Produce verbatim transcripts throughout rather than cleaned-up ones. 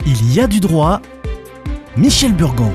Il y a du droit. Michel Burgon.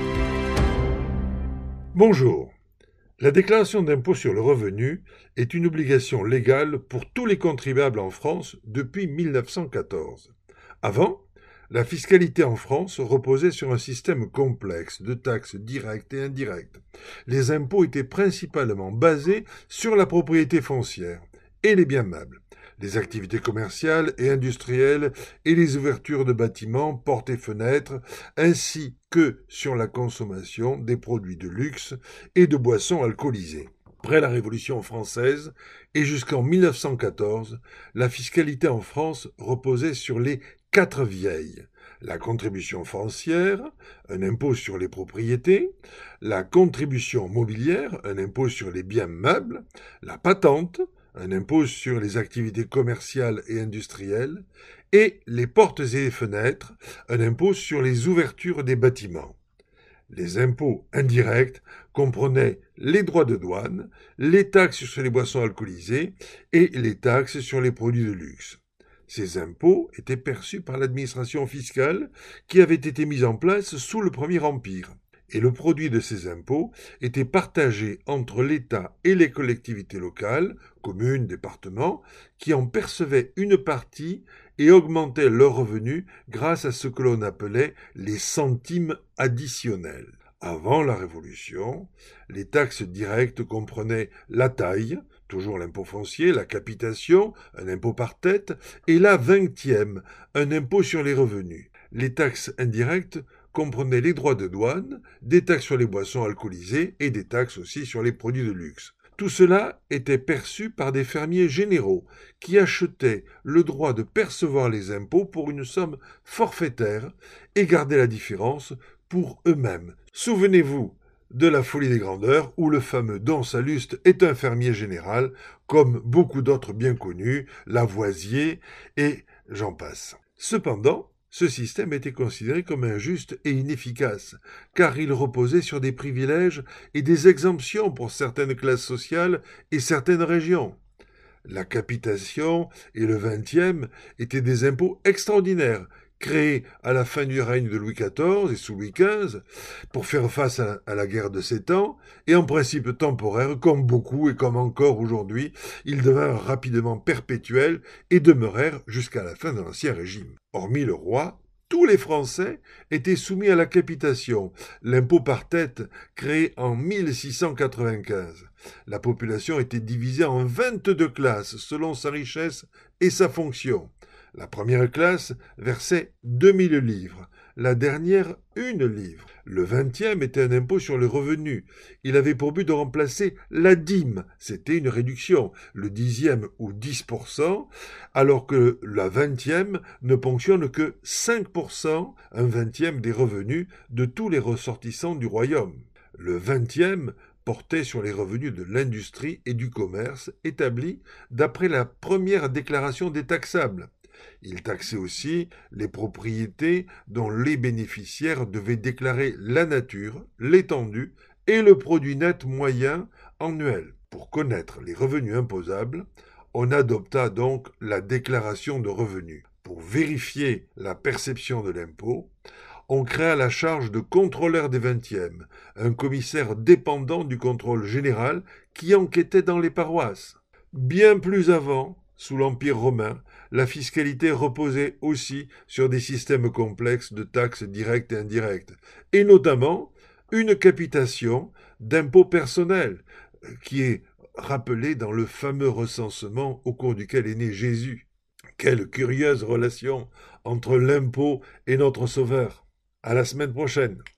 Bonjour. La déclaration d'impôt sur le revenu est une obligation légale pour tous les contribuables en France depuis mille neuf cent quatorze. Avant, la fiscalité en France reposait sur un système complexe de taxes directes et indirectes. Les impôts étaient principalement basés sur la propriété foncière et les biens meubles, les activités commerciales et industrielles et les ouvertures de bâtiments, portes et fenêtres, ainsi que sur la consommation des produits de luxe et de boissons alcoolisées. Après la Révolution française et jusqu'en mille neuf cent quatorze, la fiscalité en France reposait sur les quatre vieilles: la contribution foncière, un impôt sur les propriétés, la contribution mobilière, un impôt sur les biens meubles, la patente, un impôt sur les activités commerciales et industrielles, et les portes et les fenêtres, un impôt sur les ouvertures des bâtiments. Les impôts indirects comprenaient les droits de douane, les taxes sur les boissons alcoolisées et les taxes sur les produits de luxe. Ces impôts étaient perçus par l'administration fiscale qui avait été mise en place sous le Premier Empire. Et le produit de ces impôts était partagé entre l'État et les collectivités locales, communes, départements, qui en percevaient une partie et augmentaient leurs revenus grâce à ce que l'on appelait les centimes additionnels. Avant la Révolution, les taxes directes comprenaient la taille, toujours l'impôt foncier, la capitation, un impôt par tête, et la vingtième, un impôt sur les revenus. Les taxes indirectes comprenaient les droits de douane, des taxes sur les boissons alcoolisées et des taxes aussi sur les produits de luxe. Tout cela était perçu par des fermiers généraux qui achetaient le droit de percevoir les impôts pour une somme forfaitaire et gardaient la différence pour eux-mêmes. Souvenez-vous de La Folie des grandeurs, où le fameux Don Salluste est un fermier général, comme beaucoup d'autres bien connus, Lavoisier et j'en passe. Cependant, ce système était considéré comme injuste et inefficace, car il reposait sur des privilèges et des exemptions pour certaines classes sociales et certaines régions. La capitation et le vingtième étaient des impôts extraordinaires, créés à la fin du règne de Louis quatorze et sous Louis quinze, pour faire face à, à la guerre de Sept Ans, et en principe temporaires, comme beaucoup et comme encore aujourd'hui, ils devinrent rapidement perpétuels et demeurèrent jusqu'à la fin de l'Ancien Régime. Hormis le roi, tous les Français étaient soumis à la capitation, l'impôt par tête créé en mille six cent quatre-vingt-quinze. La population était divisée en vingt-deux classes selon sa richesse et sa fonction. La première classe versait deux mille livres, la dernière une livre. Le vingtième était un impôt sur le revenu. Il avait pour but de remplacer la dîme, c'était une réduction, le dixième ou dix pour cent, alors que la vingtième ne ponctionne que cinq pour cent, un vingtième des revenus de tous les ressortissants du royaume. Le vingtième portait sur les revenus de l'industrie et du commerce établis d'après la première déclaration des taxables. Il taxait aussi les propriétés dont les bénéficiaires devaient déclarer la nature, l'étendue et le produit net moyen annuel. Pour connaître les revenus imposables, on adopta donc la déclaration de revenus. Pour vérifier la perception de l'impôt, on créa la charge de contrôleur des vingtièmes, un commissaire dépendant du contrôle général qui enquêtait dans les paroisses. Bien plus avant, sous l'Empire romain, la fiscalité reposait aussi sur des systèmes complexes de taxes directes et indirectes, et notamment une capitation d'impôts personnels, qui est rappelée dans le fameux recensement au cours duquel est né Jésus. Quelle curieuse relation entre l'impôt et notre Sauveur. À la semaine prochaine.